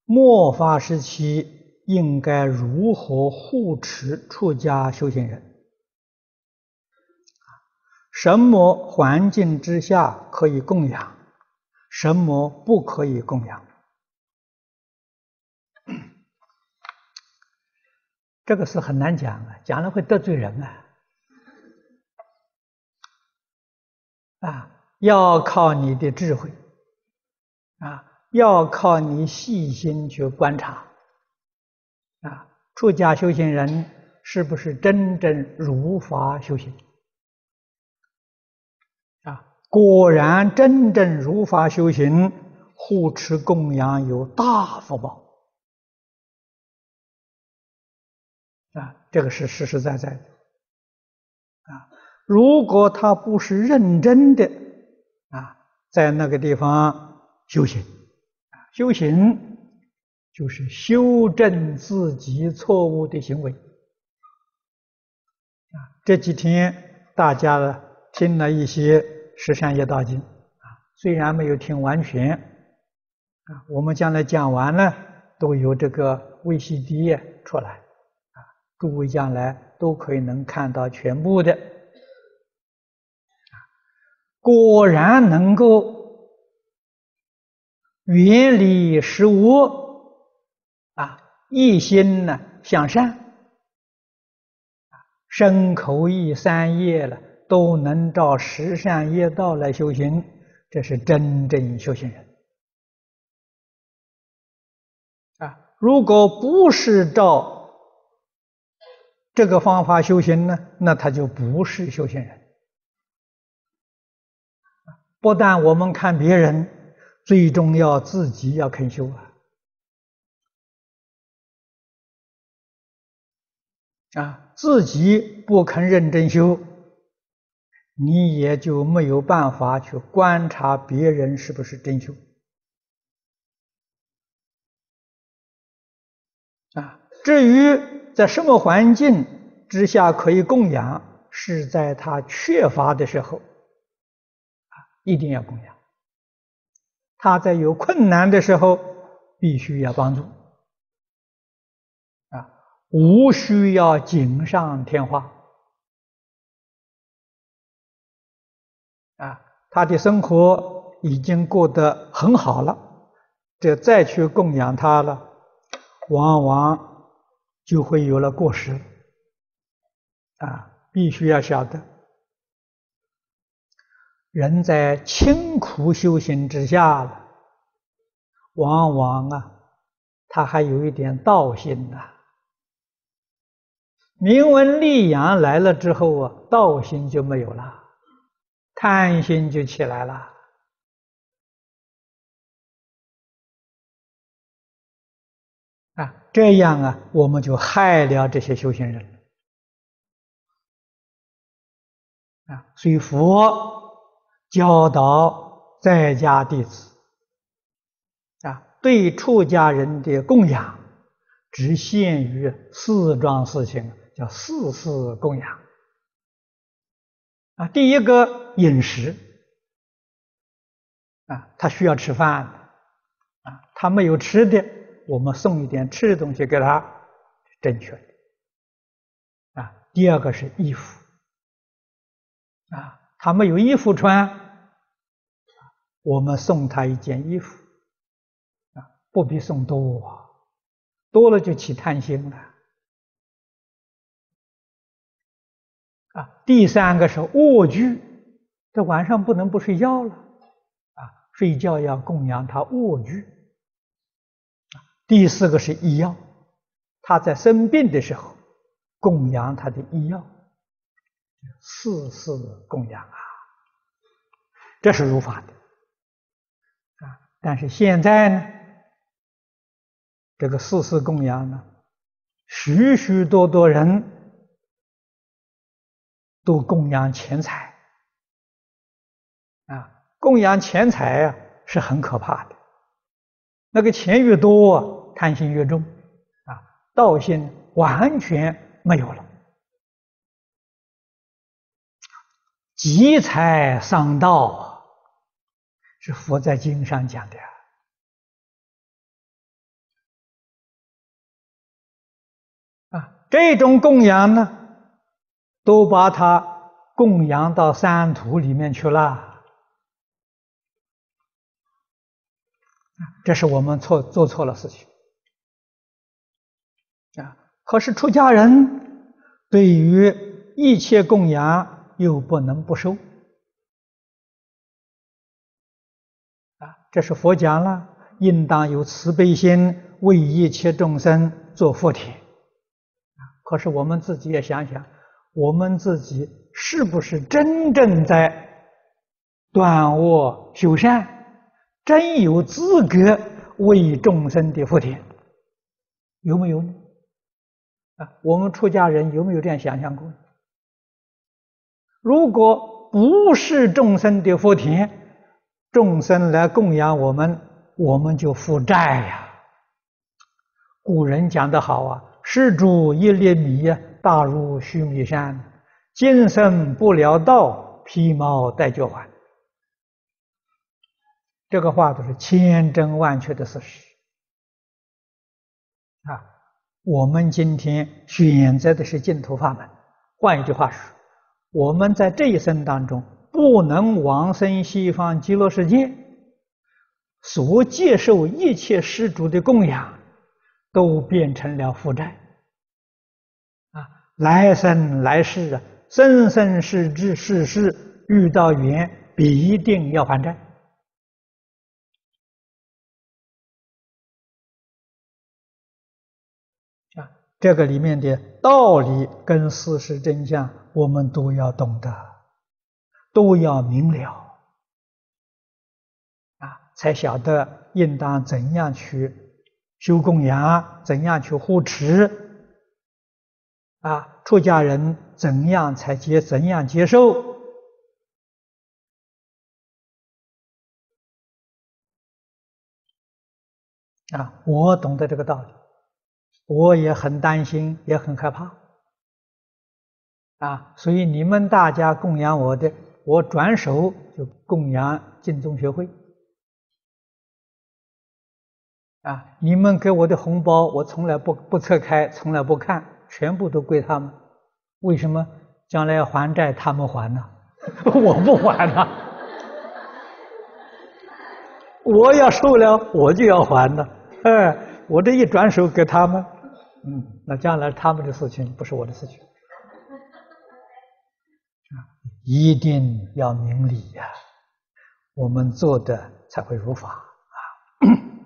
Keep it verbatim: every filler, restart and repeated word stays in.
末法时期应该如何护持出家修行人？什么环境之下可以供养，什么不可以供养？这个是很难讲啊，讲了会得罪人啊。啊，要靠你的智慧，啊，要靠你细心去观察，啊，出家修行人是不是真正如法修行？啊，果然真正如法修行，护持供养有大福报。啊，这个是实实在在的。啊，如果他不是认真的啊，在那个地方修行，啊，修行就是修正自己错误的行为。啊，这几天大家听了一些《十善业道经》，啊，虽然没有听完全，啊，我们将来讲完了都有这个 V C D 出来。诸位将来都可以能看到全部的，果然能够远离十恶啊，一心呢向善，身口意三业了都能照十善业道来修行，这是真正修行人啊！如果不是照这个方法修行呢，那他就不是修行人。不但我们看别人，最重要自己要肯修啊！啊，自己不肯认真修，你也就没有办法去观察别人是不是真修。啊，至于在什么环境之下可以供养，是在他缺乏的时候，啊，一定要供养；他在有困难的时候，必须要帮助。啊，无需要锦上添花。啊，他的生活已经过得很好了，这再去供养他了，往往就会有了过失。啊，必须要晓得，人在清苦修行之下了，往往啊，他还有一点道心呐、啊。名闻利养来了之后啊，道心就没有了，贪心就起来了。啊，这样啊，我们就害了这些修行人。啊，所以佛教导在家弟子啊，对出家人的供养只限于四桩事情，叫四事供养。啊，第一个饮食啊，他需要吃饭啊，他没有吃的，我们送一点吃的东西给他，正确的。啊，第二个是衣服。啊，他没有衣服穿，我们送他一件衣服，啊，不必送多，多了就起贪心了。啊，第三个是卧具，这晚上不能不睡觉了，啊，睡觉要供养他卧具。啊，第四个是医药，他在生病的时候供养他的医药。四事供养啊，这是如法的啊。但是现在呢，这个四事供养呢，许许多多人都供养钱财啊，供养钱财啊是很可怕的。那个钱越多，贪心越重啊，道心完全没有了。积财伤道，是佛在经上讲的。 这种供养呢，都把它供养到三途里面去了。这是我们错做错了事情啊！可是出家人对于一切供养又不能不受啊！这是佛讲了，应当有慈悲心，为一切众生做福田啊！可是我们自己也想想，我们自己是不是真正在断恶修善？真有资格为众生的福田，有没有呢？啊，我们出家人有没有这样想象过？如果不是众生的福田，众生来供养我们，我们就负债呀。古人讲得好啊，施主一粒米呀，大如须弥山；今生不了道，披毛戴角还。这个话都是千真万确的事实啊！我们今天选择的是净土法门，换一句话说，我们在这一生当中不能往生西方极乐世界，所接受一切施主的供养，都变成了负债啊！来生来世啊，生生世世世世遇到缘，必定要还债。啊，这个里面的道理跟事实真相，我们都要懂得，都要明了，啊，才晓得应当怎样去修供养，怎样去护持，啊，出家人怎样才接怎样接受。啊，我懂得这个道理。我也很担心，也很害怕啊！所以你们大家供养我的，我转手就供养净宗学会啊！你们给我的红包，我从来不不侧开，从来不看，全部都归他们。为什么？将来要还债，他们还呢？我不还呢？我要受了，我就要还呢。哎，我这一转手给他们。嗯，那将来他们的事情不是我的事情啊，一定要明理呀，我们做的才会如法啊。